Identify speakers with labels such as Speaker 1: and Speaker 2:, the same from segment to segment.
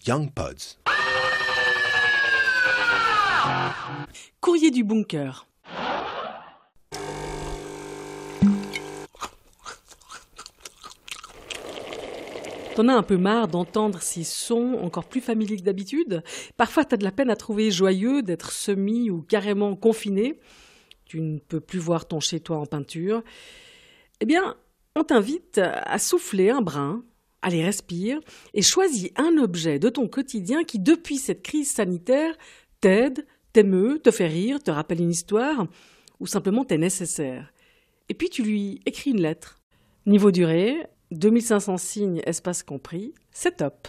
Speaker 1: Young Pods.
Speaker 2: Courrier du bunker. T'en as un peu marre d'entendre ces sons encore plus familiers que d'habitude. Parfois, t'as de la peine à trouver joyeux d'être semi ou carrément confiné. Tu ne peux plus voir ton chez-toi en peinture. Eh bien, on t'invite à souffler un brin, allez, respire, et choisis un objet de ton quotidien qui, depuis cette crise sanitaire, t'aide, t'émeut, te fait rire, te rappelle une histoire, ou simplement t'est nécessaire. Et puis tu lui écris une lettre. Niveau durée, 2500 signes, espace compris, c'est top.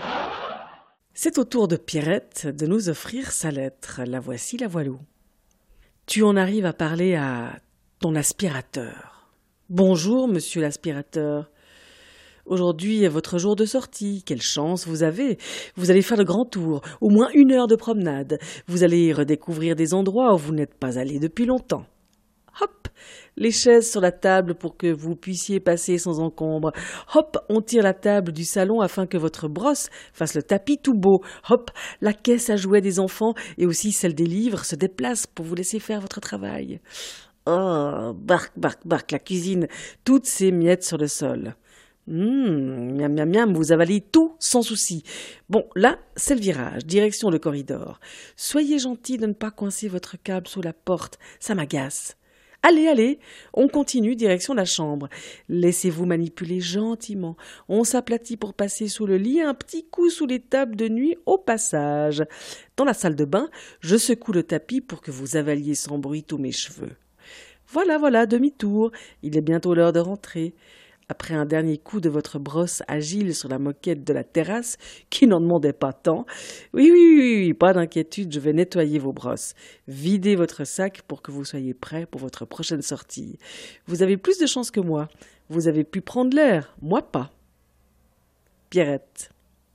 Speaker 2: C'est au tour de Pierrette de nous offrir sa lettre. La voici, la voilou. Tu en arrives à parler à ton aspirateur. Bonjour, monsieur l'aspirateur. Aujourd'hui est votre jour de sortie. Quelle chance vous avez. Vous allez faire le grand tour, au moins 1 heure de promenade. Vous allez redécouvrir des endroits où vous n'êtes pas allé depuis longtemps. Hop, les chaises sur la table pour que vous puissiez passer sans encombre. Hop, on tire la table du salon afin que votre brosse fasse le tapis tout beau. Hop, la caisse à jouets des enfants et aussi celle des livres se déplace pour vous laisser faire votre travail. Oh, bark, bark, bark, la cuisine, toutes ces miettes sur le sol. Miam, miam, miam, vous avalez tout sans souci. Bon, là, c'est le virage, direction le corridor. Soyez gentil de ne pas coincer votre câble sous la porte, ça m'agace. Allez, allez, on continue direction la chambre. Laissez-vous manipuler gentiment. On s'aplatit pour passer sous le lit, un petit coup sous les tables de nuit au passage. Dans la salle de bain, je secoue le tapis pour que vous avaliez sans bruit tous mes cheveux. Voilà, demi-tour. Il est bientôt l'heure de rentrer. Après un dernier coup de votre brosse agile sur la moquette de la terrasse, qui n'en demandait pas tant, oui, pas d'inquiétude, je vais nettoyer vos brosses. Videz votre sac pour que vous soyez prêt pour votre prochaine sortie. Vous avez plus de chance que moi. Vous avez pu prendre l'air, moi pas. Pierrette.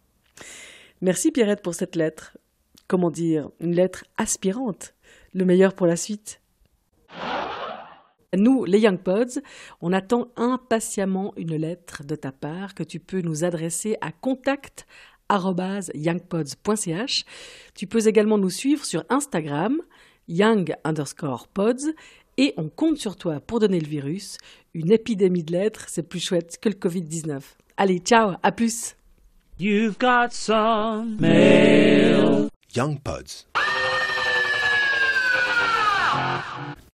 Speaker 2: Merci Pierrette pour cette lettre. Comment dire, une lettre aspirante. Le meilleur pour la suite. Nous, les Young Pods, on attend impatiemment une lettre de ta part que tu peux nous adresser à contact@youngpods.ch. Tu peux également nous suivre sur Instagram, young_pods, et on compte sur toi pour donner le virus. Une épidémie de lettres, c'est plus chouette que le Covid-19. Allez, ciao, à plus.
Speaker 3: You've got some mail.
Speaker 1: Young Pods.